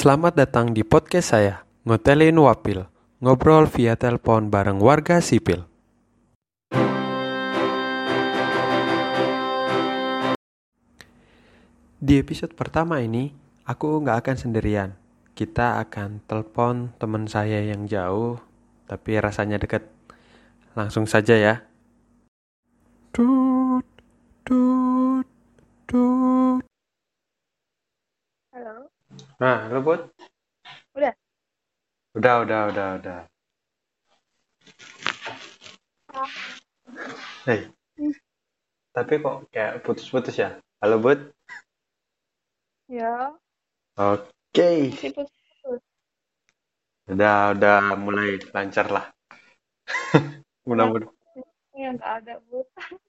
Selamat datang di podcast saya, Ngotelin Wapil, ngobrol via telepon bareng warga sipil. Di episode pertama ini, aku nggak akan sendirian. Kita akan telepon teman saya yang jauh, tapi rasanya dekat. Langsung saja ya. Tut, tut, tut. Halo, Nah, halo Bud. udah. Udah. Hei, Hmm, tapi kok kayak putus-putus ya? Halo Bud. ya, Oke. masih putus. Udah mulai lancar lah. Yang Mudah-mudahan. yang nggak ada, Bu.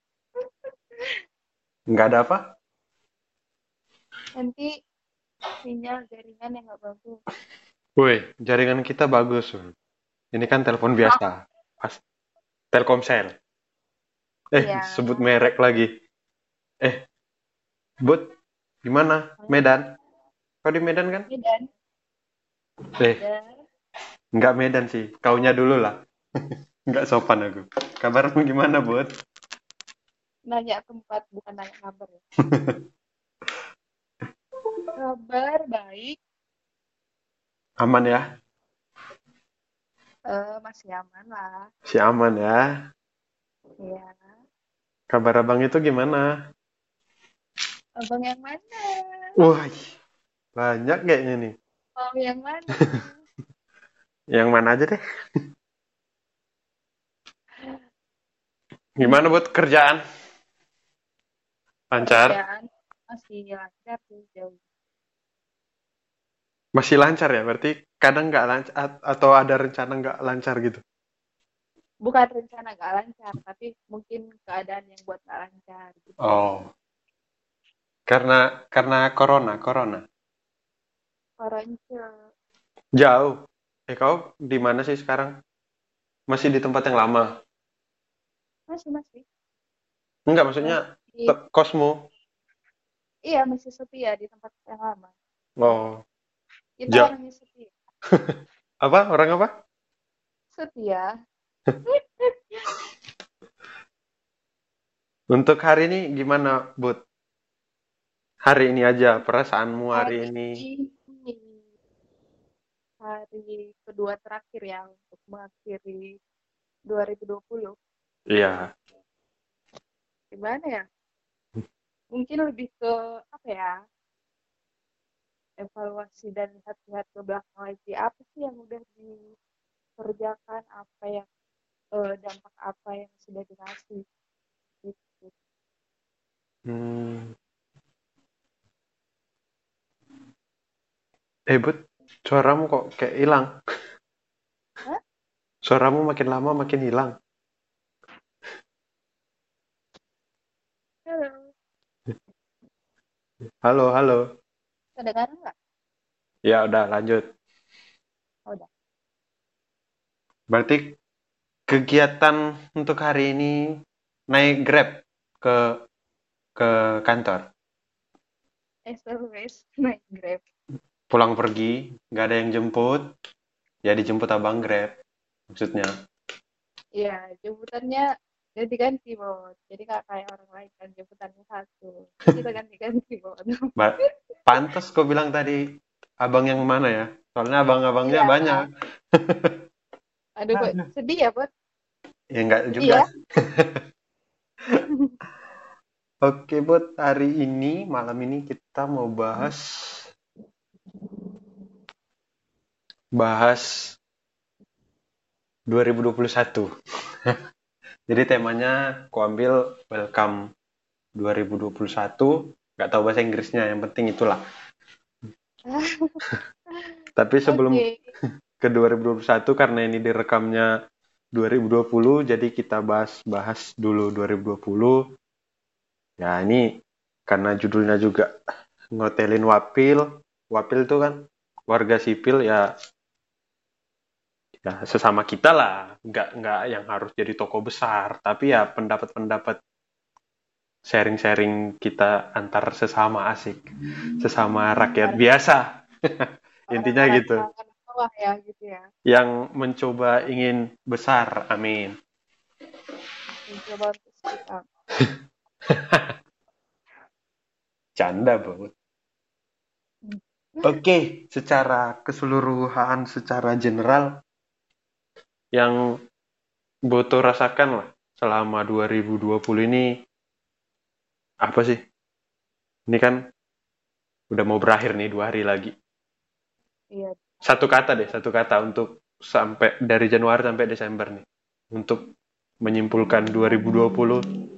Nggak ada apa? Nanti sinyal jaringan yang nggak bagus. Woi, jaringan kita bagus. Ini kan telepon biasa. Pas Telkomsel. Iya, Sebut merek lagi. Eh, Bud, gimana? Medan? Kau di Medan kan? Medan, Eh, Medan. nggak Medan sih. Kaunya dulu lah. Nggak sopan aku. Kabarmu gimana, Bud? Nanya tempat, bukan nanya kabar ya. Kabar baik, Aman ya? masih aman lah. Si aman ya. Iya, Kabar abang itu gimana? abang yang mana? Wah, banyak kayaknya nih. Abang yang mana? Yang mana aja deh. Gimana, Bud, kerjaan? Lancar? Kerjaan masih lancar sih jauh. Masih lancar ya? Berarti kadang nggak lancar atau ada rencana nggak lancar gitu? Bukan rencana nggak lancar, tapi mungkin keadaan yang buat nggak lancar gitu. Oh, karena corona. Koronce. Jauh. Kau di mana sih sekarang? Masih di tempat yang lama? Masih. Enggak, maksudnya Masih, kosmu. iya masih setia di tempat yang lama. Oh, Kita jauh. orangnya setia. Apa? Orang apa? Setia. Untuk hari ini gimana, Bud? Hari ini aja, perasaanmu hari Hari ini. ini hari kedua terakhir ya untuk mengakhiri 2020. Iya. Gimana ya? Mungkin lebih ke apa ya? Evaluasi dan lihat-lihat ke belakang lagi. Apa sih yang udah dikerjakan? Apa yang dampak apa yang sudah dikasih? Gitu. Hmm. Bud, suaramu kok kayak hilang. Hah? Suaramu makin lama makin hilang. Halo. Halo. Kedengaran nggak? Ya udah lanjut. Oh, udah. Berarti kegiatan untuk hari ini naik Grab ke ke kantor. SOS naik Grab. Pulang pergi, nggak ada yang jemput, ya dijemput abang Grab, maksudnya. Iya, jemputannya ganti-ganti, Bos. Jadi nggak kayak orang lain kan jemputannya satu. Kita ganti-ganti, Bos. Pantes kau bilang tadi abang yang mana ya? Soalnya abang-abangnya Iya. banyak. Aduh, kok sedih ya, Bos? Ya nggak Sedih juga. ya? Oke, Bud. Hari ini, malam ini kita mau bahas 2021. Jadi temanya aku ambil welcome 2021. Nggak tahu bahasa Inggrisnya, yang penting itulah. Tapi sebelum Oke. ke 2021, karena ini direkamnya 2020, jadi kita bahas dulu 2020. Ya ini karena judulnya juga ngotelin Wapil. Wapil itu kan warga sipil ya, ya sesama kita lah. Nggak yang harus jadi tokoh besar, tapi ya pendapat-pendapat sharing-sharing kita antar sesama asik. Sesama rakyat biasa. Intinya orang-orang gitu. anak bawah ya gitu ya. Yang mencoba ingin besar, amin. Mencoba untuk speak up. Canda banget. Hmm. Oke, secara keseluruhan, secara general, yang Boto rasakan lah selama 2020 ini apa sih? Ini kan udah mau berakhir nih 2 hari lagi. Iya. Satu kata deh, satu kata untuk sampai dari Januari sampai Desember nih. Untuk menyimpulkan 2020.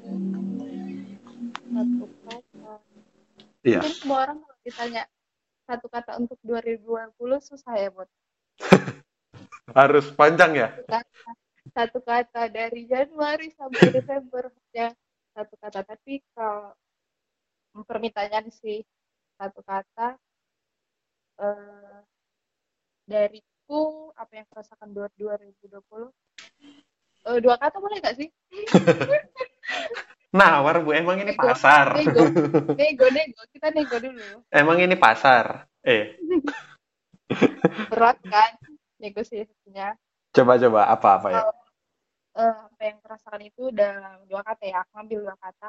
Satu kata. Iya, Mungkin semua orang kalau ditanya satu kata untuk 2020 susah ya, buat harus panjang ya. satu kata dari Januari sampai Desember ya satu kata. Tapi kalau permintaan sih satu kata, eh, dariku apa yang kurasakan 2020, dua kata boleh nggak sih? Nawar Bu, emang ini Nego, pasar. nego, nego, kita nego dulu. Emang ini pasar. Berat kan negosiasinya. Coba-coba apa-apa ya? Kalau apa yang kurasakan itu udah dua kata ya, aku ambil dua kata.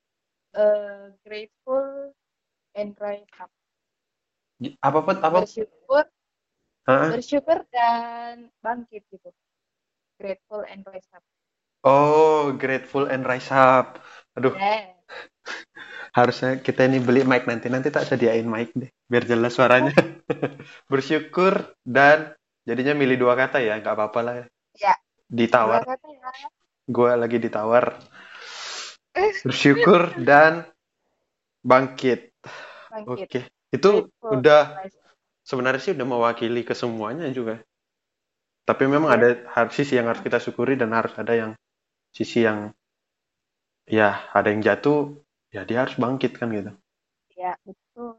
Grateful and rise up. Apa pun apa? Bersyukur, Hah? bersyukur dan bangkit gitu. Grateful and rise up. Oh, Grateful and Rise Up. Aduh, Yeah. harusnya kita ini beli mic nanti. Nanti tak sediain mic deh, biar jelas suaranya. Bersyukur dan jadinya milih dua kata ya, nggak apa-apa lah ya. Ya, dua Ditawar, kata ya. gue lagi ditawar. Bersyukur dan bangkit. Bangkit. Oke, itu Grateful and udah rise up. sebenarnya sih udah mewakili ke semuanya juga. Tapi memang Ya, ada sisi yang harus kita syukuri dan harus ada yang sisi yang ya ada yang jatuh, ya dia harus bangkit kan gitu. ya, betul.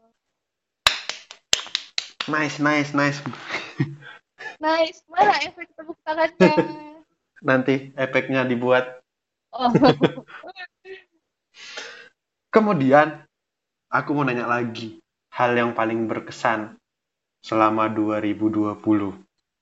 Nice, nice, nice. Nice. Mana efek tepuk tangannya? Nanti efeknya dibuat. Oh, Kemudian aku mau nanya lagi, hal yang paling berkesan selama 2020.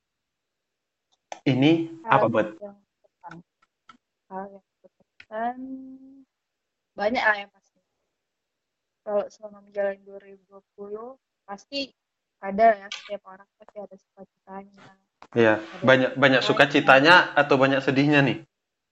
Ini hal apa buat? yang berkesan. Hal yang berkesan. Banyak lah yang pasti. Kalau selama menjalani 2020, pasti ada ya, setiap orang pasti ada sukacitanya, Ya, ada banyak banyak dukanya. sukacitanya atau banyak sedihnya nih?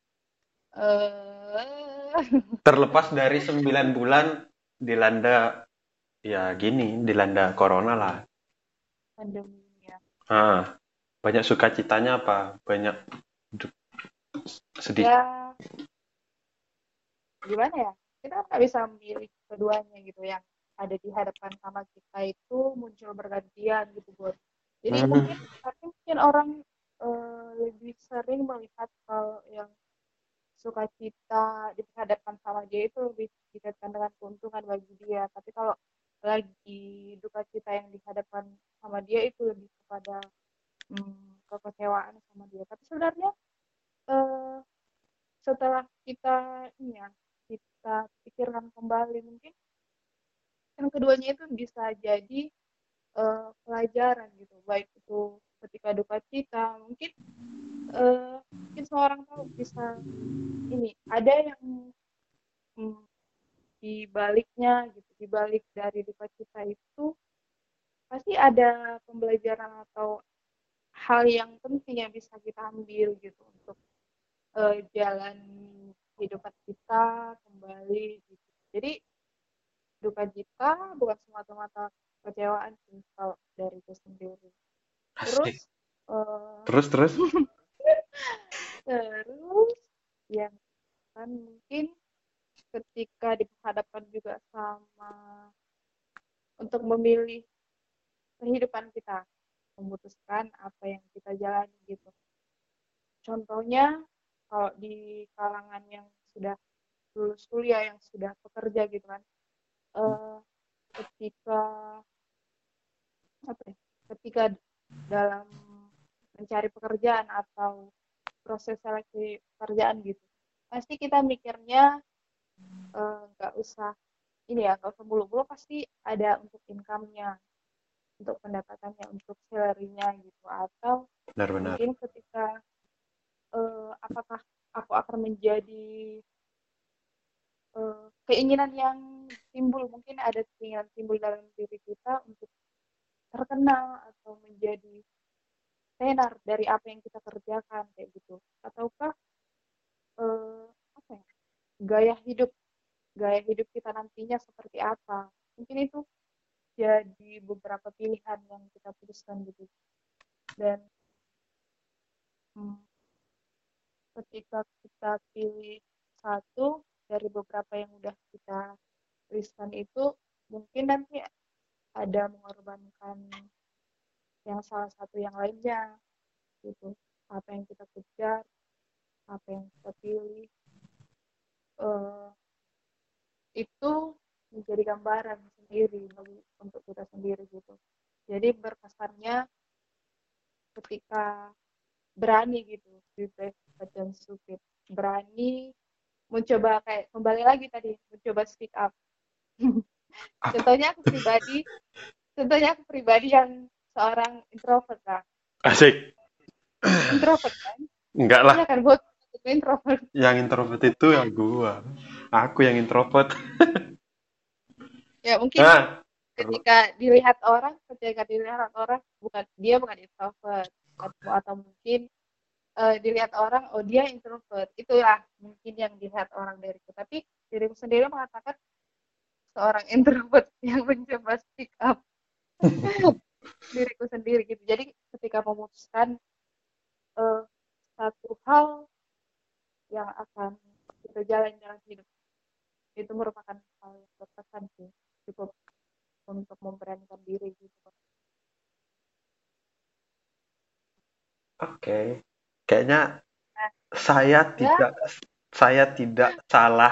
eh Terlepas dari 9 bulan dilanda ya gini, dilanda corona lah. pandemi ya. Ah, banyak sukacitanya apa? Banyak sedih. Ya, gimana ya? Kita nggak bisa memilih keduanya gitu. Yang ada di hadapan sama kita itu muncul bergantian gitu, buat. Jadi Hmm, mungkin orang lebih sering melihat hal yang sukacita dihadapkan sama dia itu lebih dikaitkan dengan keuntungan bagi dia. Tapi kalau lagi duka cita yang dihadapkan sama dia itu lebih kepada kekecewaan sama dia. Tapi sebenarnya eh, setelah kita ini ya, kita pikirkan kembali, mungkin yang keduanya itu bisa jadi pelajaran gitu. Baik itu ketika duka cita, mungkin seorang tahu bisa ini ada yang mm, di baliknya gitu, di balik dari duka cita itu pasti ada pembelajaran atau hal yang penting yang bisa kita ambil gitu untuk jalan kehidupan kita kembali gitu. Jadi duka cita bukan semata-mata kecewaan sih kalau dariku sendiri. Terus asik. eh, Terus. terus yang kan mungkin ketika dihadapkan juga sama untuk memilih kehidupan kita, memutuskan apa yang kita jalani gitu. Contohnya kalau di kalangan yang sudah lulus kuliah, yang sudah bekerja gitu kan, eh, ketika apa ya, ketika dalam mencari pekerjaan atau proses seleksi pekerjaan gitu, pasti kita mikirnya nggak usah ini ya, nggak usah mulu-mulu, pasti ada untuk income-nya. untuk pendapatannya, untuk salary-nya gitu, atau benar-benar. mungkin ketika apakah aku akan menjadi keinginan yang timbul, mungkin ada keinginan timbul dalam diri kita untuk terkenal atau menjadi tenar dari apa yang kita kerjakan kayak gitu, ataukah eh, apa ya, gaya hidup gaya hidup kita nantinya seperti apa, mungkin itu jadi beberapa pilihan yang kita putuskan gitu. Dan hmm, ketika kita pilih satu dari beberapa yang udah kita tuliskan itu, mungkin nanti ada mengorbankan yang salah satu yang lainnya gitu. Apa yang kita kejar, apa yang kita pilih, eh, itu menjadi gambaran sendiri untuk kita sendiri gitu. Jadi berkesannya ketika berani gitu, be brave but don't stupid, berani mencoba, kayak kembali lagi tadi, mencoba speak up. Apa? contohnya aku pribadi contohnya aku pribadi yang seorang introvert lah. Asik. Introvert kan? Enggak lah, Iya kan, buat introvert. yang introvert itu ya gua. Aku yang introvert. Ya mungkin Nah, ketika dilihat orang, bukan dia bukan introvert, atau mungkin dilihat orang, oh dia introvert, itulah mungkin yang dilihat orang dariku, tapi diriku sendiri mengatakan seorang introvert yang mencoba speak up diriku sendiri gitu. Jadi ketika memutuskan eh, satu hal yang akan kita jalan jalan hidup, itu merupakan hal yang berkesan sih, cukup untuk memberanikan diri gitu. oke. Kayaknya Nah, saya ya, tidak saya tidak salah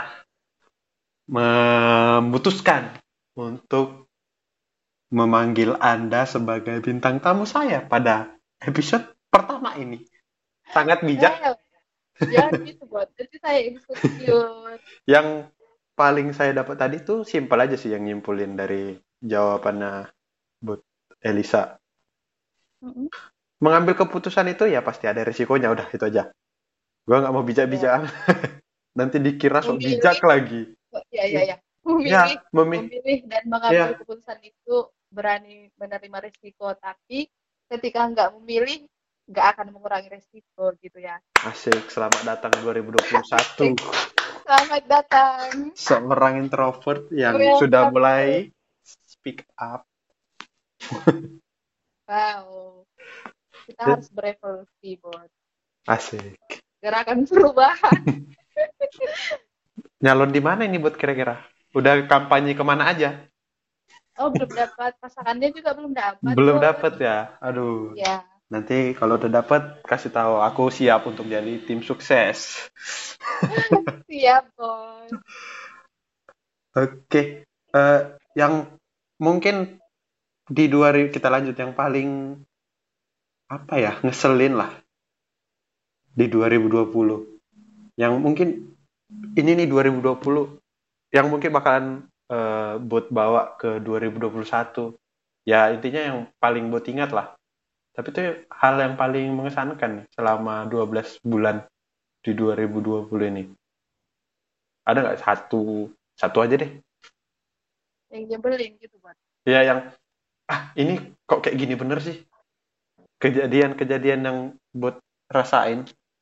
memutuskan untuk memanggil Anda sebagai bintang tamu saya pada episode pertama ini. Sangat bijak. eh, jangan gitu buat. Jadi saya insecure. Yang paling saya dapat tadi tuh simpel aja sih yang nyimpulin dari jawabannya Bud Elisa. Mm-mm. Mengambil keputusan itu ya pasti ada resikonya, udah itu aja. Gua nggak mau bijak-bijak. Ya, Nanti dikira sok bijak memilih, lagi. ya, ya, ya, memilih, Ya, memilih. memilih dan mengambil Ya, keputusan itu, berani menerima risiko. Tapi ketika nggak memilih, nggak akan mengurangi risiko gitu ya. asik. Selamat datang 2021. Asik. Selamat datang. Seorang introvert yang sudah Welcome to, mulai speak up. wow. Kita harus berevolusi, buat Asik. gerakan perubahan. Nyalon di mana ini buat kira-kira? Udah kampanye kemana aja? Oh, belum dapat pasangannya juga, belum dapat, Belum buat. dapet ya? Aduh. Ya, Nanti kalau udah dapet, kasih tahu. Aku siap untuk jadi tim sukses. siap, bos. Oke. Eh, yang mungkin di 2000 kita lanjut yang paling apa ya, ngeselin lah di 2020. Yang mungkin ini nih 2020 yang mungkin bakalan buat bawa ke 2021. Ya intinya yang paling buat ingat lah. Tapi itu hal yang paling mengesankan nih selama 12 bulan di 2020 ini. Ada nggak satu satu aja deh? Yang nyebelin gitu, buat. Ya yang ini kok kayak gini bener sih? Kejadian-kejadian yang buat rasain.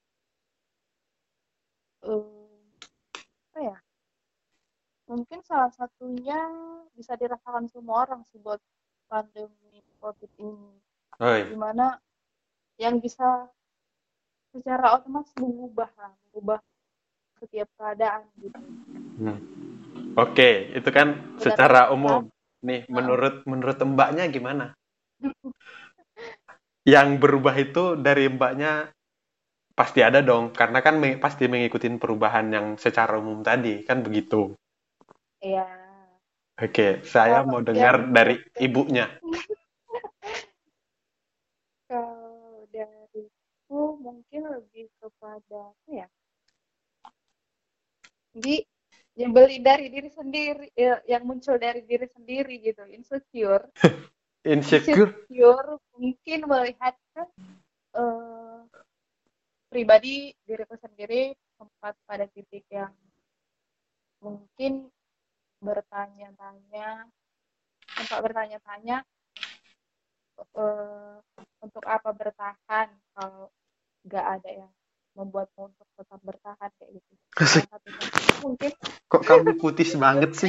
Apa ya? Mungkin salah satunya bisa dirasakan semua orang sih, buat pandemi COVID ini. Oi. Dimana yang bisa secara otomatis mengubah setiap keadaan gitu. Hmm. Oke, itu kan Dan secara kita, umum. Nih, uh, menurut mbaknya gimana? Yang berubah itu dari mbaknya pasti ada dong, karena kan pasti mengikuti perubahan yang secara umum tadi, kan begitu. ya, Oke, saya kalau mau dengar yang dari ibunya. kalau dariku mungkin lebih kepada apa ya? Di nyebelin dari diri sendiri, yang muncul dari diri sendiri gitu, insecure. insecure. mungkin melihat eh, pribadi diriku sendiri sempat pada titik yang mungkin bertanya-tanya sempat bertanya-tanya eh, untuk apa bertahan kalau nggak ada yang membuatmu untuk tetap bertahan kayak gitu. Salah satunya mungkin Kok kamu putis banget sih?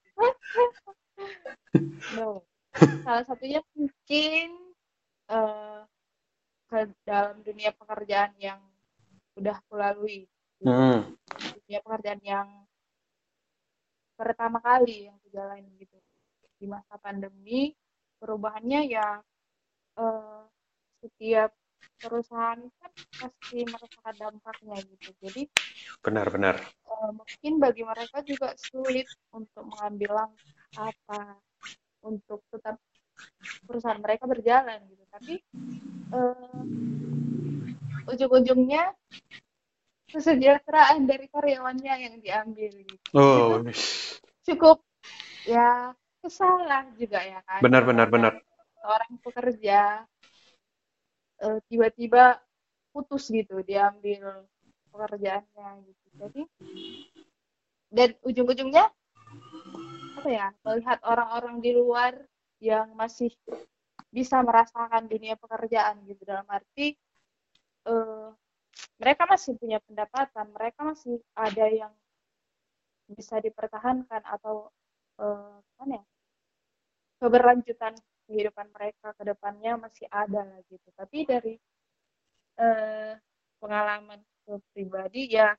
no. Salah satunya mungkin eh, ke dalam dunia pekerjaan yang udah kulalui gitu. Hmm, Dunia pekerjaan yang pertama kali yang kujalani gitu di masa pandemi, perubahannya ya eh, setiap perusahaan kan pasti merasakan dampaknya gitu. Jadi benar-benar. mungkin bagi mereka juga sulit untuk mengambil langkah apa untuk tetap perusahaan mereka berjalan gitu. Tapi eh, ujung-ujungnya kesejahteraan dari karyawannya yang diambil gitu. Itu tuh Oh, cukup ya kesal lah juga ya kan. benar-benar Misalnya benar. seorang pekerja tiba-tiba putus gitu, diambil pekerjaannya gitu. Jadi dan ujung-ujungnya apa ya, melihat orang-orang di luar yang masih bisa merasakan dunia pekerjaan gitu dalam arti eh, mereka masih punya pendapatan, mereka masih ada yang bisa dipertahankan atau mana ya, keberlanjutan kehidupan mereka ke depannya masih ada gitu. Tapi dari eh, pengalaman pribadi ya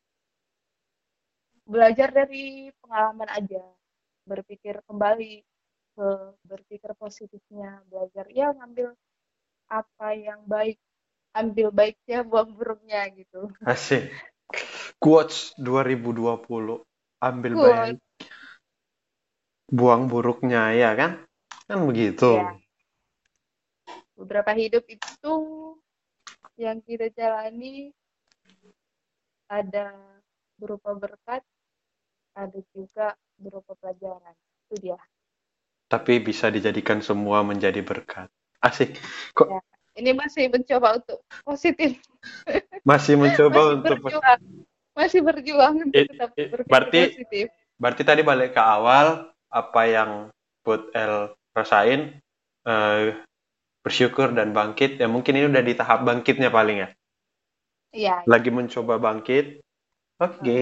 belajar dari pengalaman aja, berpikir kembali ke berpikir positifnya, belajar ya ngambil apa yang baik, ambil baiknya, buang buruknya gitu. Asik. Quotes 2020. Ambil baik, Good. buang buruknya ya kan? Kan begitu. Ya, beberapa hidup itu yang kita jalani ada berupa berkat, ada juga berupa pelajaran. Itu dia. Tapi bisa dijadikan semua menjadi berkat. Asik. Kok Ya. Ini masih mencoba untuk positif, masih mencoba masih untuk berjuang, masih berjuang untuk tetap berpikir berarti positif. berarti tadi balik ke awal apa yang Put L rasain, eh, bersyukur dan bangkit ya, mungkin ini udah di tahap bangkitnya paling ya, Iya, iya. lagi mencoba bangkit. Oke. Heeh.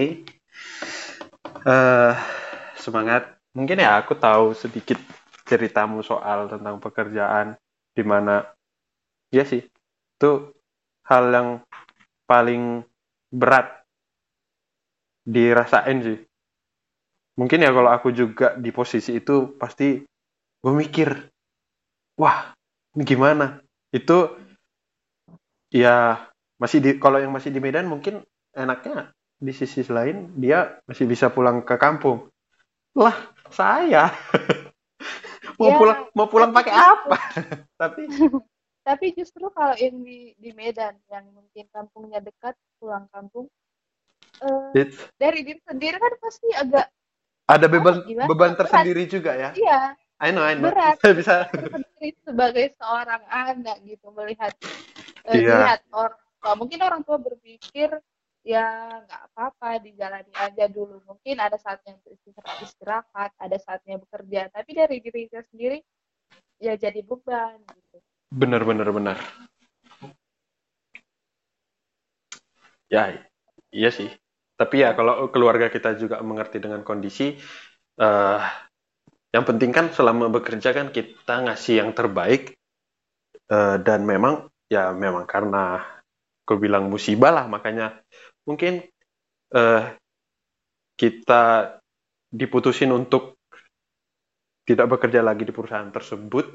eh Semangat. Mungkin ya aku tahu sedikit ceritamu soal tentang pekerjaan, di mana ya sih itu hal yang paling berat dirasain sih. Mungkin ya kalau aku juga di posisi itu pasti gue mikir, wah ini gimana? Itu ya masih di, kalau yang masih di Medan mungkin enaknya di sisi lain dia masih bisa pulang ke kampung. Lah saya Ya, mau pulang tapi pakai justru apa? Tapi tapi justru kalau yang di Medan yang mungkin kampungnya dekat, pulang kampung eh, it's, dari diri sendiri kan pasti agak ada apa beban gimana beban berat. tersendiri juga ya. Iya, I know. berat Saya bisa. berat tersendiri sebagai seorang anak gitu melihat Iya, dilihat orang tua. Mungkin orang tua berpikir ya nggak apa-apa dijalani aja dulu, mungkin ada saatnya untuk istirahat, ada saatnya bekerja, tapi dari diri kita sendiri ya jadi beban gitu. benar. Ya, iya sih. Tapi ya Ya, kalau keluarga kita juga mengerti dengan kondisi, eh yang penting kan selama bekerja kan kita ngasih yang terbaik, dan memang karena aku bilang musibah lah, makanya mungkin eh kita diputusin untuk tidak bekerja lagi di perusahaan tersebut.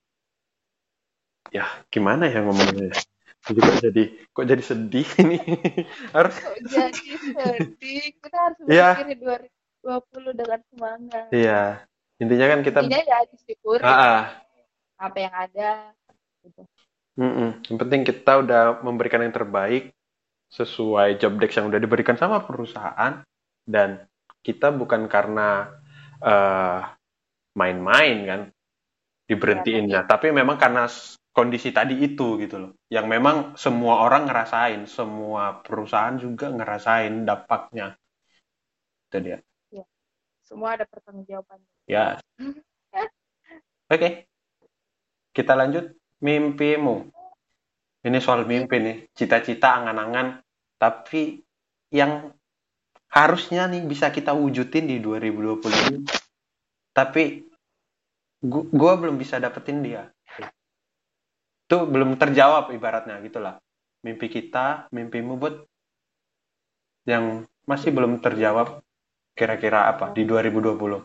Ya, gimana ya ngomongnya? Kok jadi sedih ini. Harus kok jadi sedih, kita harus berpikir ya, 2020 dengan semangat, iya. Intinya kan kita intinya ya disyukuri ah, lah apa yang ada gitu. Yang penting kita udah memberikan yang terbaik sesuai job desk yang udah diberikan sama perusahaan, dan kita bukan karena eh, main-main kan. Ya, diberhentiinnya. tapi Tapi memang karena kondisi tadi itu gitu loh, yang memang semua orang ngerasain, semua perusahaan juga ngerasain dampaknya. Itu dia. ya, semua ada pertanggungjawabannya. Ya, oke. Kita lanjut. Mimpimu. Ini soal mimpi Mimpi nih, cita-cita, angan-angan, tapi yang harusnya nih bisa kita wujudin di 2020 ini, tapi gua belum bisa dapetin dia. Itu belum terjawab ibaratnya gitulah. Mimpi kita, mimpimu buat yang masih belum terjawab kira-kira apa di yang 2020.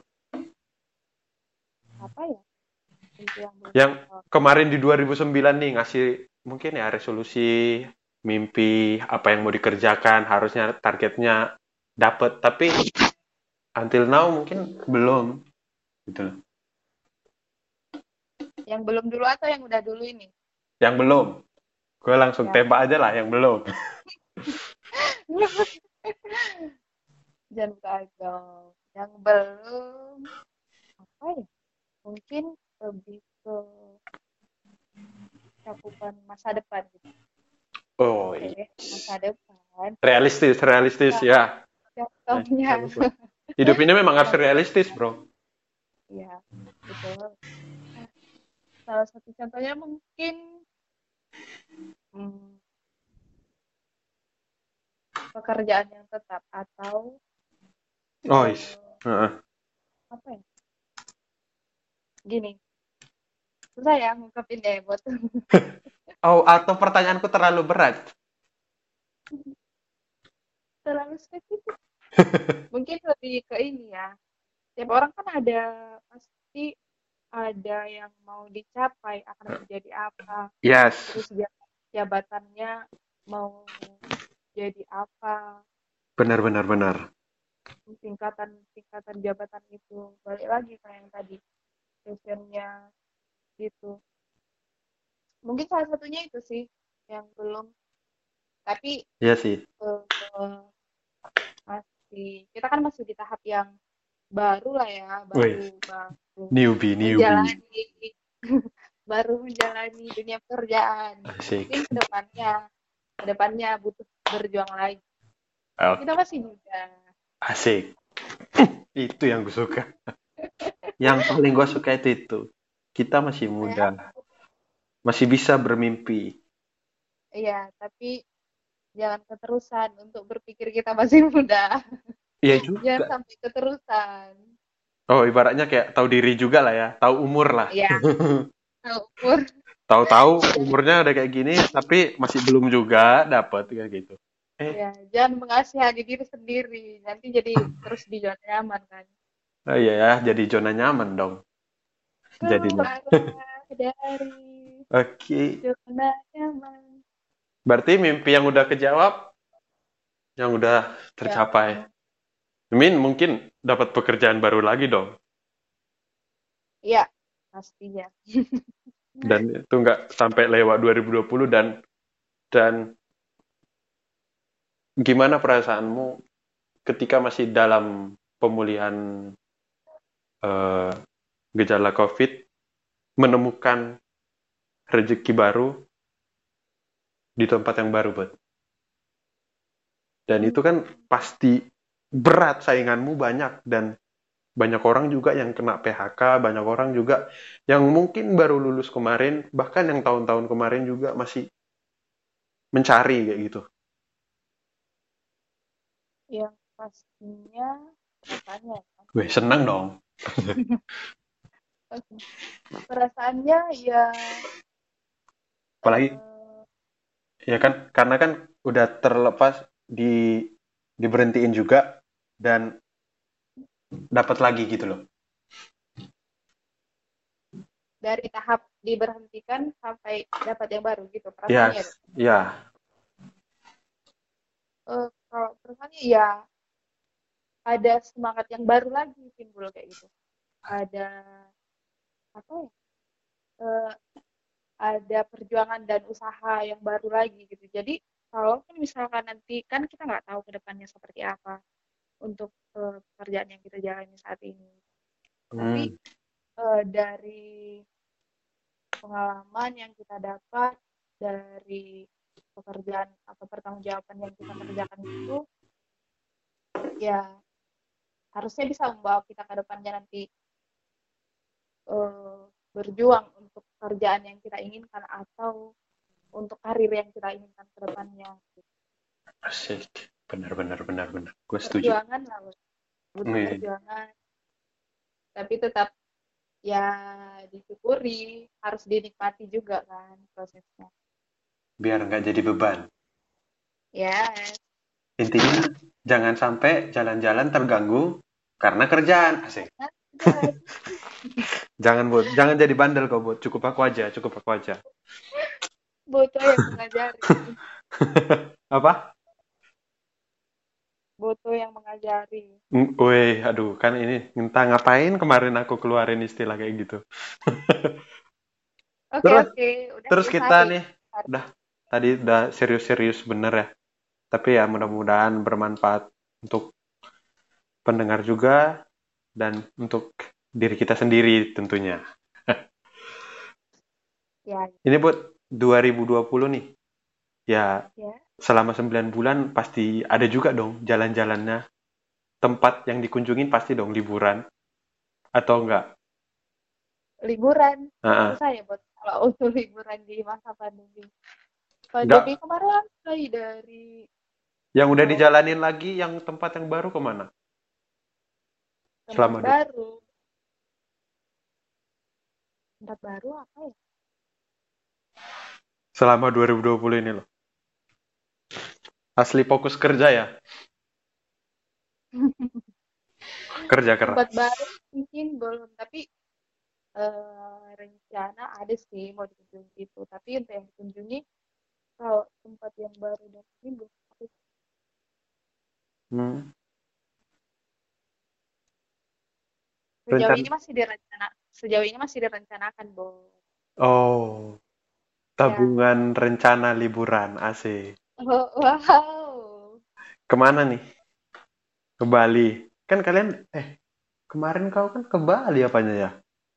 apa ya? Mimpi yang belum Yang terjawab. kemarin di 2009 nih ngasih mungkin ya resolusi, mimpi, apa yang mau dikerjakan, harusnya targetnya dapet, tapi until now mungkin belum gitu loh. Yang belum dulu atau yang udah dulu ini? Yang belum. Gue langsung Yang tembak aja lah yang belum. jangan buka aib dong. Yang belum apa ya? Mungkin lebih ke cakupan masa depan gitu. Oh, Oke, iya. masa depan. Realistis, realistis Nah, ya. contohnya, Hidup ini memang harus realistis, contohnya, bro. ya betul. Salah satu contohnya mungkin hmm, pekerjaan yang tetap atau Oh, is. eh, Heeh. apa ya? Gini, susah ya ngungkapin deh buat Oh, atau pertanyaanku terlalu berat. terlalu spesifik. Mungkin lebih ke ini ya. Tiap orang kan ada pasti ada yang mau dicapai akan menjadi apa, Yes, terus jabatannya mau jadi apa, benar, benar, benar. tingkatan tingkatan jabatan itu balik lagi kayak yang tadi passionnya gitu. Mungkin salah satunya itu sih yang belum, tapi Iya sih. eh, masih kita kan masih di tahap yang baru lah ya, Wih, baru newbie, newbie. menjalani baru menjalani dunia pekerjaan. Mungkin Asik. kedepannya butuh berjuang lagi. Tapi Oh, kita masih muda. asik. Itu yang gue suka. Yang paling gue suka itu. Kita masih Kayak muda. Masih bisa bermimpi. iya, tapi jangan keterusan untuk berpikir kita masih muda. Iya Jangan juga. sampai keterusan. Oh, ibaratnya kayak tahu diri juga lah ya. Tahu umur lah. Iya, umur. Tahu-tahu umurnya udah kayak gini, tapi masih belum juga dapet kayak gitu. Ya, jangan mengasihani diri sendiri. Nanti jadi terus di zona nyaman kan. Oh iya ya, jadi zona nyaman dong. Jadinya. Keluar dari Oke. zona nyaman. Berarti mimpi yang udah kejawab, yang udah Ya, tercapai. Min mungkin dapat pekerjaan baru lagi dong. iya, pastinya. Dan itu nggak sampai lewat 2020 dan gimana perasaanmu ketika masih dalam pemulihan eh, gejala COVID, menemukan rezeki baru di tempat yang baru, buat. Dan Hmm, itu kan pasti berat, sainganmu banyak dan banyak orang juga yang kena PHK, banyak orang juga yang mungkin baru lulus kemarin, bahkan yang tahun-tahun kemarin juga masih mencari kayak gitu. yang pastinya perasaannya kan. Wih, seneng dong. Perasaannya ya Apalagi eh, ya kan karena kan udah terlepas diberhentiin juga dan dapat lagi gitu loh. dari tahap diberhentikan sampai dapat yang baru gitu perasaannya. Yes, ya, Kalau perasaannya ya ada semangat yang baru lagi timbul kayak gitu. Ada apa ya? eh, ada perjuangan dan usaha yang baru lagi gitu. Jadi kalau misalkan nanti kan kita nggak tahu ke depannya seperti apa untuk pekerjaan yang kita jalani saat ini. Tapi hmm, dari pengalaman yang kita dapat dari pekerjaan atau pertanggungjawaban yang kita kerjakan itu ya harusnya bisa membawa kita ke depannya nanti berjuang untuk pekerjaan yang kita inginkan atau untuk karir yang kita inginkan ke depannya. Asik. Benar. Gue setuju. Perjuangan lah, butuh Nih, perjuangan. Tapi tetap ya disyukuri, harus dinikmati juga kan prosesnya. biar nggak jadi beban. Yes. Intinya jangan sampai jalan-jalan terganggu karena kerjaan. Asik. Jangan Bud, jangan jadi bandel kau Bud. Cukup aku aja. Butuh yang mengajari. Apa? Butuh yang mengajari. Weh, aduh, kan ini entah ngapain kemarin aku keluarin istilah kayak gitu. Oke, Terus, oke. Udah terus kita selesai. nih, udah tadi udah serius-serius bener ya. Tapi ya mudah-mudahan bermanfaat untuk pendengar juga dan untuk diri kita sendiri tentunya. Ya, Ini buat 2020 nih. Ya, ya. selama 9 bulan pasti ada juga dong jalan-jalannya. Tempat yang dikunjungin pasti dong liburan. Atau enggak? Liburan. Heeh. Susah ya buat kalau untuk liburan di masa pandemi. Pandemi Enggak. kemarin mulai dari Yang udah Jawa, dijalanin lagi, yang tempat yang baru kemana? tempat Selama baru. Tempat baru apa ya? selama 2020 ini loh. Asli fokus kerja ya? Kerja keras. Tempat baru mungkin belum, tapi rencana ada sih mau dikunjungi itu. Tapi untuk yang dikunjungi kalau tempat yang baru dan ini belum ada. Hmm. Sejauh ini Rencana. masih direncana, sejauh ini masih direncanakan, Bo. Oh, Ya. tabungan rencana liburan AC. Oh, wow. Kemana nih? Ke Bali. Kan kalian, kemarin kau kan ke Bali apanya ya?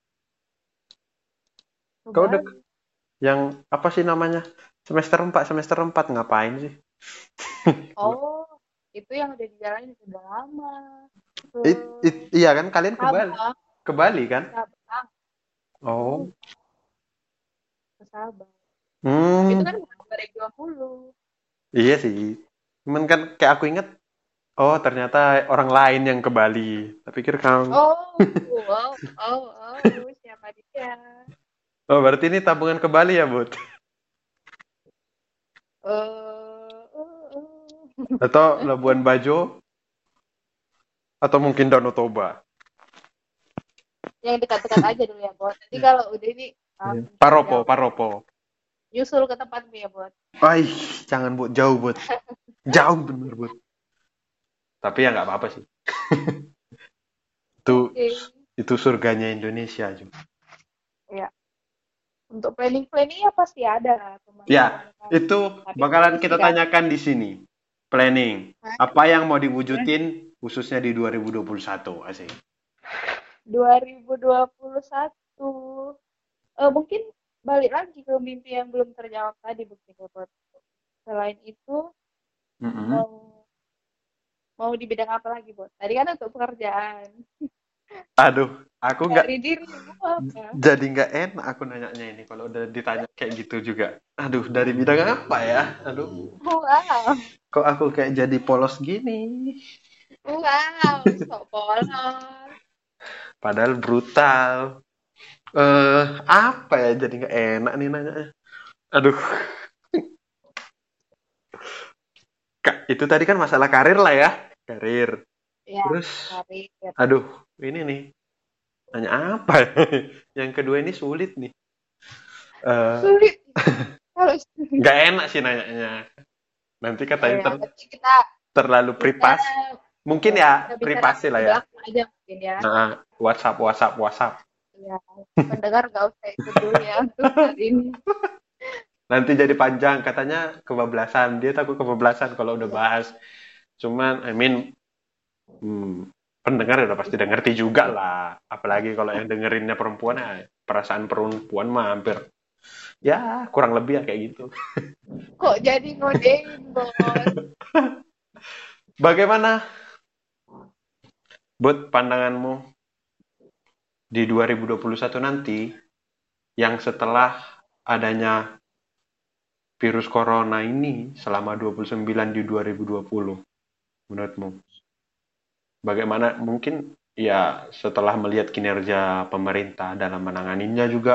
Ke Kau udah Bali. yang apa sih namanya? Semester 4 ngapain sih? Oh, itu yang udah dijalanin sudah lama. Ke Iya kan kalian ke Bali. Sabang, Ke Bali kan? Sabang. Oh, Oh. ke Sabang. Tapi itu Hmm, kan bukan 2020. iya sih. Cuman kan kayak aku inget, oh ternyata orang lain yang ke Bali. Tak pikir kamu. Oh, oh, oh, oh, siapa dia? Oh berarti ini tabungan ke Bali ya, Bud? Atau Labuan Bajo? Atau mungkin Danau Toba? Yang dekat-dekat aja dulu ya, Bot. Nanti kalau udah ini Iya. langsung Paropo, jauh. Paropo. Nyusul ke tempatmu ya, Bot. Ay, jangan Bud, jauh Bud. Jauh bener Bud. Tapi ya nggak apa-apa sih. Itu Oke. itu surganya Indonesia juga. Ya. Untuk planning-planning ya pasti ada Ya, kemana-mana kan. itu Tapi bakalan pasti kita kan. tanyakan di sini. Planning. Hah? Apa yang mau diwujudin khususnya di 2021, asik. 2021 mungkin balik lagi ke mimpi yang belum terjawab tadi bukti Bot. Selain itu Mm-mm. mau mau di bidang apa lagi, Bot? Tadi kan untuk pekerjaan. Aduh, aku nggak Dari dirimu apa? jadi nggak enak aku nanyanya ini kalau udah ditanya kayak gitu juga. Aduh, dari bidang apa ya? Aduh, Wow. kok aku kayak jadi polos gini? Wow, sok polos. Padahal brutal. Apa ya? Jadi nggak enak nih nanya. Aduh, Kak, itu tadi kan masalah karir lah ya. Karir. Ya, Terus, karir. aduh, ini nih. Nanya apa? Yang kedua ini sulit nih. Eh, Sulit. Harus. nggak enak sih nanyanya. Nanti Oh katanya ya, tapi terlalu kita pripas. Mungkin ya, kita ya bicara privasi lah ke ya. belakang aja mungkin ya. Nah, WhatsApp. Ya, pendengar nggak usah ikut dulu ya untuk hari ini. Nanti jadi panjang katanya kebablasan. Dia takut kebablasan kalau udah Ya, bahas. Cuman, I mean, pendengar udah pasti udah ngerti juga lah. Apalagi kalau yang dengerinnya perempuan, perasaan perempuan mah hampir Ya, kurang lebih ya kayak gitu. Kok jadi ngodein, Bos? Bagaimana, buat pandanganmu di 2021 nanti yang setelah adanya virus corona ini selama 29 di 2020 menurutmu? Bagaimana mungkin ya setelah melihat kinerja pemerintah dalam menanganinya juga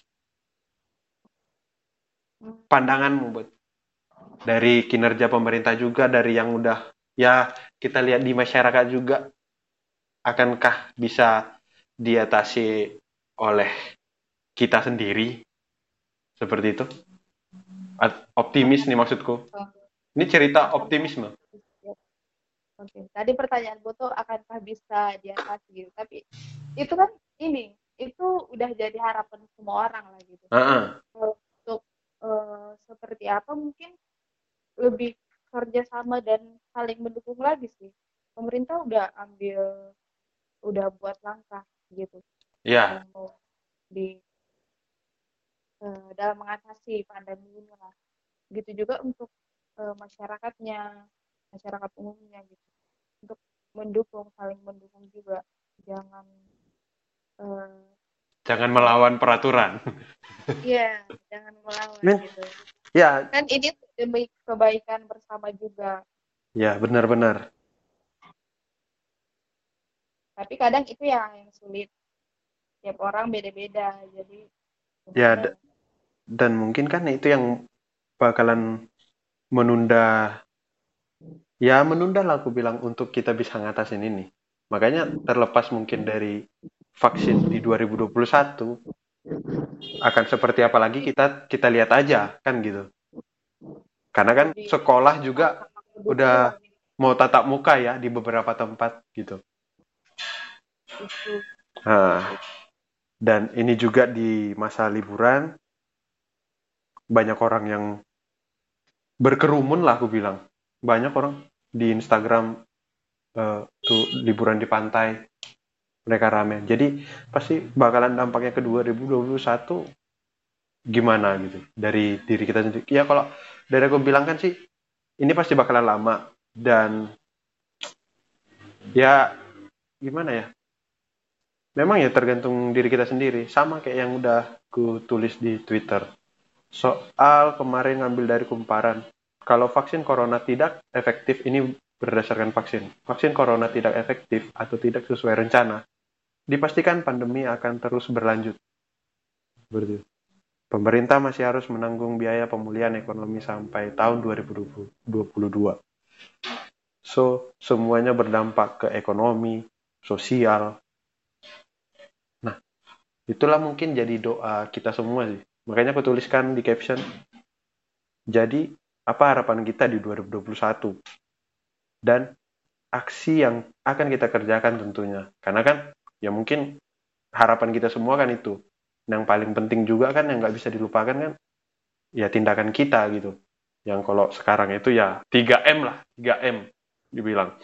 Hmm, pandanganmu buat dari kinerja pemerintah juga dari yang udah ya kita lihat di masyarakat juga akankah bisa diatasi oleh kita sendiri seperti itu? Optimis nih maksudku. Ini cerita akankah optimisme. Oke, tadi pertanyaanku tuh akankah bisa diatasi gitu. Tapi itu kan itu udah jadi harapan semua orang lah gitu. Ah, Kalau untuk seperti apa mungkin lebih kerjasama dan saling mendukung lagi sih. Pemerintah udah buat langkah gitu ya, yang mau di dalam mengatasi pandemi ini lah. Gitu juga untuk masyarakatnya, masyarakat umumnya gitu. Untuk saling mendukung juga. Jangan eh, jangan apa? melawan peraturan. Iya, jangan melawan Men, gitu. ya, Kan ini demi kebaikan bersama juga. ya benar-benar. Tapi kadang itu yang sulit. Tiap orang beda-beda. Jadi Ya, gimana ya? dan mungkin kan itu yang bakalan menunda, ya menunda lah aku bilang untuk kita bisa ngatasin ini. Makanya terlepas mungkin dari vaksin di 2021 akan seperti apa lagi kita kita lihat aja kan gitu. Karena kan Lebih sekolah juga sama-sama udah mendukung mau tatap muka ya di beberapa tempat gitu. itu. Nah, dan ini juga di masa liburan banyak orang yang berkerumun lah aku bilang. Banyak orang di Instagram tuh liburan di pantai mereka rame. Jadi pasti bakalan dampaknya ke 2021 gimana gitu dari diri kita sendiri. Ya kalau dari aku bilang kan sih ini pasti bakalan lama dan ya gimana ya? Memang ya tergantung diri kita sendiri. Sama kayak yang udah ku tulis di Twitter. Soal kemarin ngambil dari kumparan. Kalau vaksin corona tidak efektif, ini berdasarkan vaksin. Vaksin corona tidak efektif atau tidak sesuai rencana. Dipastikan pandemi akan terus berlanjut. Berarti pemerintah masih harus menanggung biaya pemulihan ekonomi sampai tahun 2022. So, semuanya berdampak ke ekonomi, sosial. Nah, itulah mungkin jadi doa kita semua sih. Makanya aku tuliskan di caption, jadi apa harapan kita di 2021? Dan aksi yang akan kita kerjakan tentunya. Karena kan ya mungkin harapan kita semua kan itu. Yang paling penting juga kan yang nggak bisa dilupakan kan ya tindakan kita gitu. Yang kalau sekarang itu ya 3M lah, 3M dibilang.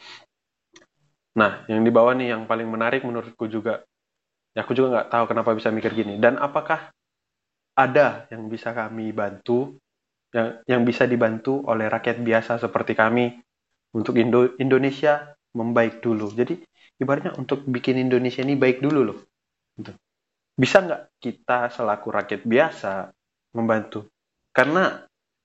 Nah, yang di bawah nih yang paling menarik menurutku juga. Ya aku juga nggak tahu kenapa bisa mikir gini. Dan apakah ada yang bisa kami bantu, yang bisa dibantu oleh rakyat biasa seperti kami untuk Indonesia membaik dulu. Jadi ibaratnya untuk bikin Indonesia ini baik dulu loh. Gitu. Bisa nggak kita selaku rakyat biasa membantu? Karena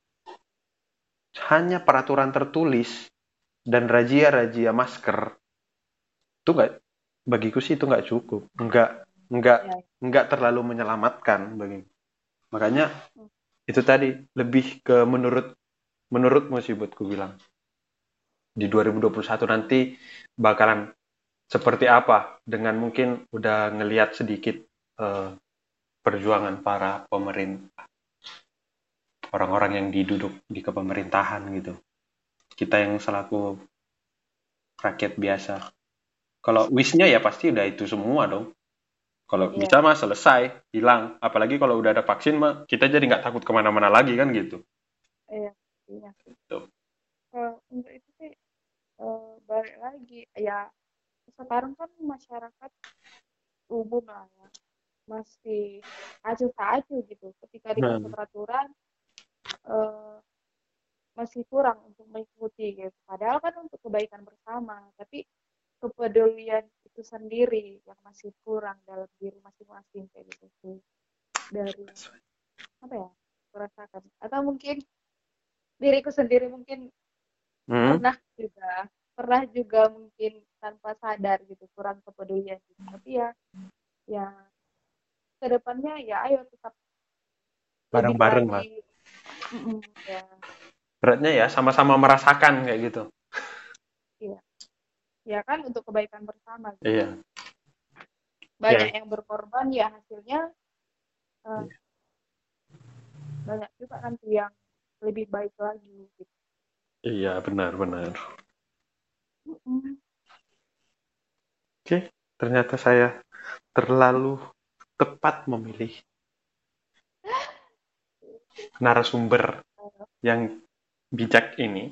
hanya peraturan tertulis dan razia-razia masker itu nggak, bagiku sih itu nggak cukup, nggak Ya, nggak terlalu menyelamatkan bagi. Makanya itu tadi lebih ke menurutmu sih buatku bilang di 2021 nanti bakalan seperti apa dengan mungkin udah ngelihat sedikit eh, perjuangan para pemerintah orang-orang yang diduduk di kepemerintahan gitu kita yang selaku rakyat biasa kalau wishnya ya pasti udah itu semua dong kalau bisa iya, mah selesai hilang apalagi kalau udah ada vaksin mah kita jadi nggak takut kemana-mana lagi kan gitu. iya, iya. Tuh. Kalau untuk itu sih balik lagi ya sekarang kan masyarakat umum lah ya masih acuh tak acuh gitu. Ketika Nah, dikasih peraturan eh, masih kurang untuk mengikuti gitu. Padahal kan untuk kebaikan bersama, tapi kepedulian itu sendiri yang masih kurang dalam diri masing-masing kayak gitu sih. Dari apa ya? Kurasakan. Atau mungkin diriku sendiri mungkin hmm, pernah juga pernah juga mungkin tanpa sadar gitu kurang kepedulian gitu. Tapi ya ya kedepannya ya ayo tetap lebih bareng-bareng lah. lagi. Mm-mm, ya Beratnya ya sama-sama merasakan kayak gitu. iya ya kan untuk kebaikan bersama gitu. Iya. Banyak Ya. yang berkorban ya hasilnya eh, banyak juga nanti yang lebih baik lagi gitu. Iya, benar-benar. Mm-mm. Oke, ternyata saya terlalu tepat memilih narasumber Eh, yang bijak ini.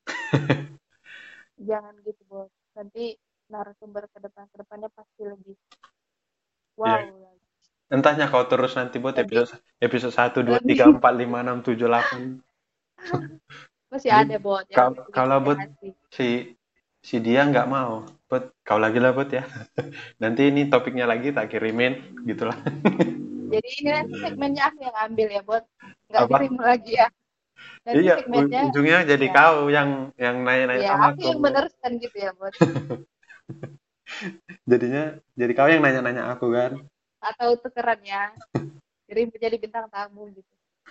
Jangan gitu bos, nanti narasumber ke depannya pasti lebih Ya, wow lagi. entahnya kau terus nanti buat Lebih episode episode 1 2 3 lebih 4 5 6 7 8. masih Buat, ada bot yang kalau begitu kalau buat kreatif. si si dia nggak mau, buat kau lagi lah buat ya. Nanti ini topiknya lagi tak kirimin gitulah. Jadi ini nanti segmennya aku yang ambil ya bot, nggak Apa? dirimu lagi ya. Nanti Iya, segmennya ujungnya jadi ya kau yang nanya-nanya ya sama aku aku. yang meneruskan gitu ya bot. Jadinya jadi kau yang nanya-nanya aku kan. Atau tukeran ya. Jadi menjadi bintang tamu gitu.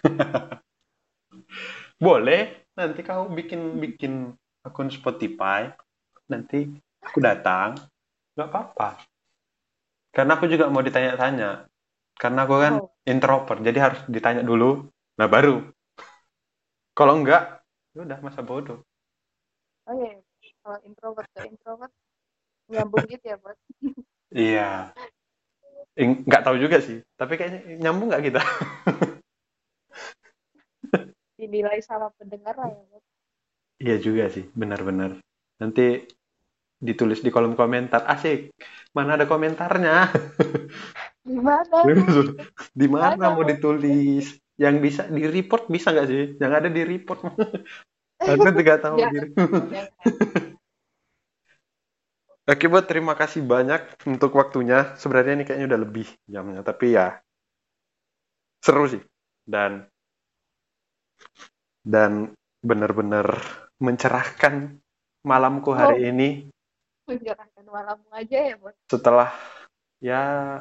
Boleh, nanti kau bikin bikin akun Spotify, nanti aku datang, nggak apa-apa. Karena aku juga mau ditanya-tanya. Karena aku kan Oh, introvert, jadi harus ditanya dulu. Nah baru. Kalau enggak, ya udah masa bodoh. oh ya. Kalau introvert ke introvert nyambung gitu ya bot. Iya, nggak tahu juga sih. Tapi kayaknya nyambung nggak kita? Dinilai sama pendengar lah ya bot. Iya juga sih, benar-benar. Nanti ditulis di kolom komentar. Asik. Mana ada komentarnya? Gimana? Di mana Gimana mau bot? ditulis? Yang bisa di report bisa nggak sih? Yang ada di report. Aku tidak tahu Jangan, diri. jangan. Oke, buat terima kasih banyak untuk waktunya. Sebenarnya ini kayaknya udah lebih jamnya, tapi ya seru sih. Dan benar-benar mencerahkan malamku Oh, hari ini menyerahkan malammu aja ya bot. setelah ya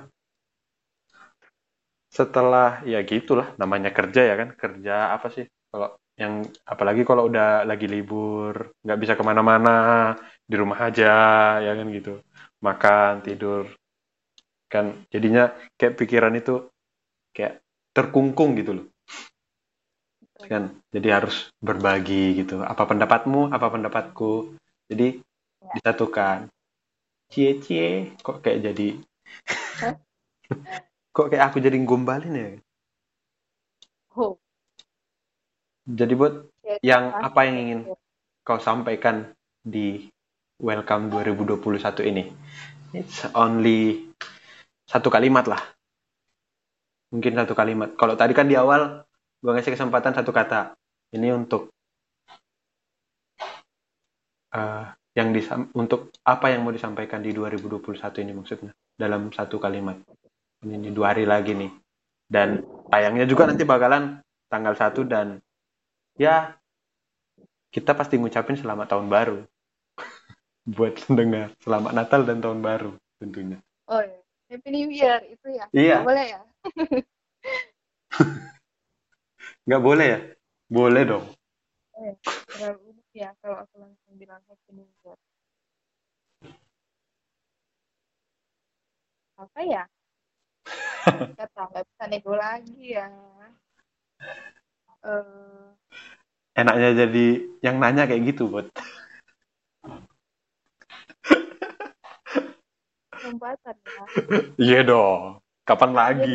setelah ya gitulah namanya kerja ya kan. Kerja apa sih? Kalau yang apalagi kalau udah lagi libur, nggak bisa kemana-mana, di rumah aja ya kan gitu. Makan, tidur kan jadinya kayak pikiran itu kayak terkungkung gitu loh. Kan jadi harus berbagi gitu apa pendapatmu apa pendapatku jadi Ya. disatukan cie cie kok kayak jadi Hah? kok kayak aku jadi gombalin ya Oh, jadi buat ya yang terima apa kasih yang bot. ingin kau sampaikan di Welcome 2021 ini it's only satu kalimat lah mungkin satu kalimat kalau tadi kan di awal gua ngasih kesempatan satu kata ini untuk eh, untuk apa yang mau disampaikan di 2021 ini maksudnya dalam satu kalimat. Ini 2 hari lagi nih. Dan tayangnya juga nanti bakalan tanggal 1 dan ya kita pasti ngucapin selamat tahun baru buat pendengar. Selamat Natal dan tahun baru tentunya. Oh ya, Happy New Year itu ya. Nggak Iya, boleh ya? nggak boleh ya? Boleh dong. Oh ya, terlalu umum ya kalau aku langsung bilang Happy New Year. Apa ya? Kata nggak bisa nego lagi ya. Eh, Enaknya jadi yang nanya kayak gitu, buat. Kesempatan ya. Iya dong. Kapan lagi? Jadi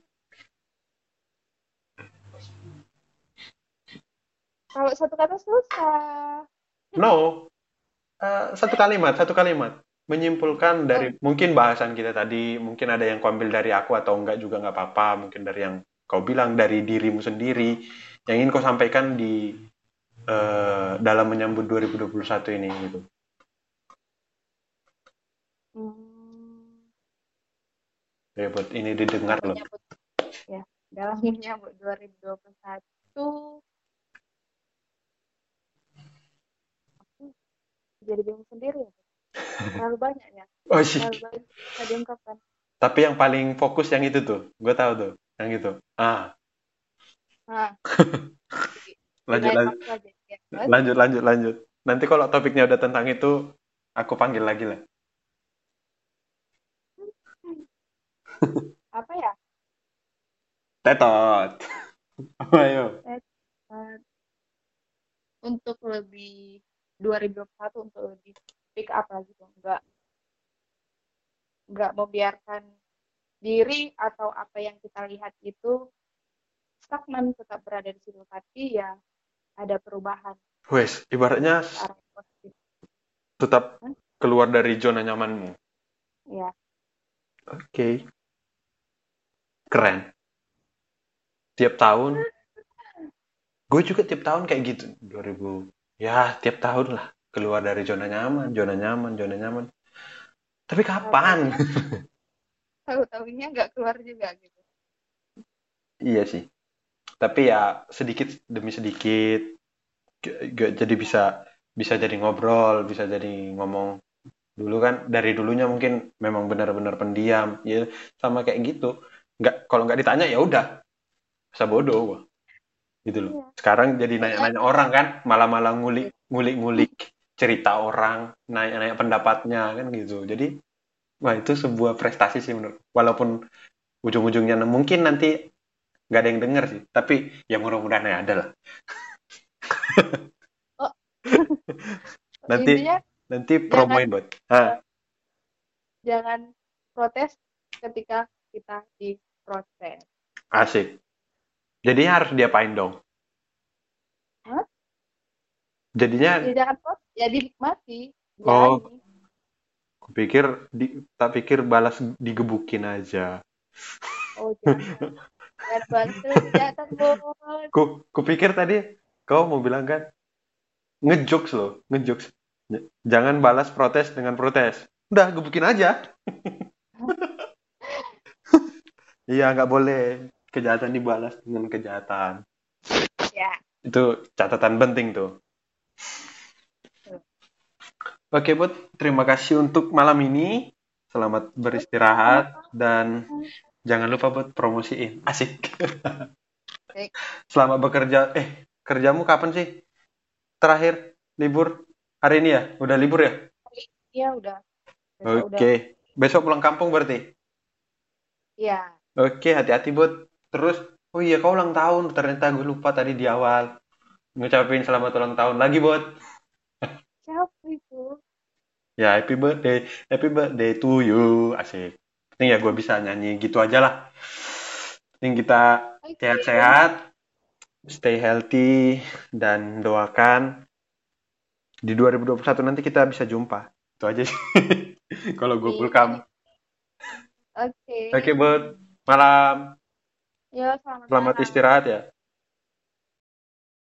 kalau satu kata susah. No. Satu kalimat, satu kalimat. menyimpulkan Oh, dari mungkin bahasan kita tadi, mungkin ada yang kau ambil dari aku atau enggak juga nggak apa-apa, mungkin dari yang kau bilang dari dirimu sendiri, yang ingin kau sampaikan di dalam menyambut 2021 ini gitu. hmm, Ya buat ini dalam didengar loh. menyambut ya, dalam menyambut 2021 aku jadi bingung sendiri ya. Terlalu banyak ya, Oh terlalu sih. banyak bisa diungkapkan. Tapi yang paling fokus yang itu tuh, gue tahu tuh, yang itu. Ah, Nah, di, di lanjut lain lanjut waktu aja ya. Terus, lanjut lanjut lanjut. Nanti kalau topiknya udah tentang itu, aku panggil lagi lah. apa ya? Tetot. Ayo. Eh, eh, untuk lebih 2021 untuk lebih pick up lagi tuh, nggak membiarkan diri atau apa yang kita lihat itu stagnan tetap berada di situ, tapi ya ada perubahan Wes, ibaratnya ke arah yang positif. tetap Hah? keluar dari zona nyamanmu. Ya, Oke, keren. Tiap tahun, gue juga tiap tahun kayak gitu. 2000, ya tiap tahun lah keluar dari zona nyaman, zona nyaman, zona nyaman. Tapi tahu kapan? taunya tahu taunya nggak keluar juga gitu. Iya sih. Tapi ya sedikit demi sedikit, jadi bisa Ya, bisa jadi ngobrol, bisa jadi ngomong. Dulu kan dari dulunya mungkin memang benar-benar pendiam, ya sama kayak gitu. Nggak, kalau nggak ditanya ya udah, bisa bodoh gua, gitu loh. iya. Sekarang jadi Kayaknya nanya-nanya orang kan, malah-malah ngulik-ngulik cerita orang, nanya-nanya pendapatnya kan gitu. Jadi, wah itu sebuah prestasi sih menurut. Walaupun ujung-ujungnya mungkin nanti nggak ada yang denger sih, tapi ya mudah-mudahan ya ada lah. oh, Nanti intinya nanti jangan promoin buat. Ah, eh, jangan protes ketika kita diprotes. asik. Jadinya harus diapain dong? Hah? Ya Jadinya, jangan protes, ya dinikmati, oh, jalani. kupikir tak pikir balas digebukin aja. Oh jangan, jangan balas dengan kejahatan bos. Kupikir tadi kau mau bilang kan ngejokes loh, ngejokes. Jangan balas protes dengan protes. Udah gebukin aja. Iya, nggak boleh kejahatan dibalas dengan kejahatan. Ya, Itu catatan penting tuh. Oke, Bud. Terima kasih untuk malam ini. Selamat oke, beristirahat sama-sama. dan jangan lupa buat promosiin. Asik. Baik, Selamat bekerja. Kerjamu kapan sih? Terakhir libur hari ini ya? Udah libur ya? iya udah, besok udah, Oke. Besok pulang kampung berarti? iya. Oke, hati-hati, Bud. Terus, oh iya, kau ulang tahun. Ternyata gue lupa tadi di awal. Ngucapin selamat ulang tahun lagi, Bud. Siapa itu? Ya, happy birthday to you. Asik. Ini ya gue bisa nyanyi gitu aja lah. Ini kita Oke, sehat-sehat, stay healthy, dan doakan di 2021 nanti kita bisa jumpa. Itu aja sih. Kalau gue iya, welcome. oke. Oke, Bud. Malam. Ya, selamat Selamat malam. istirahat ya.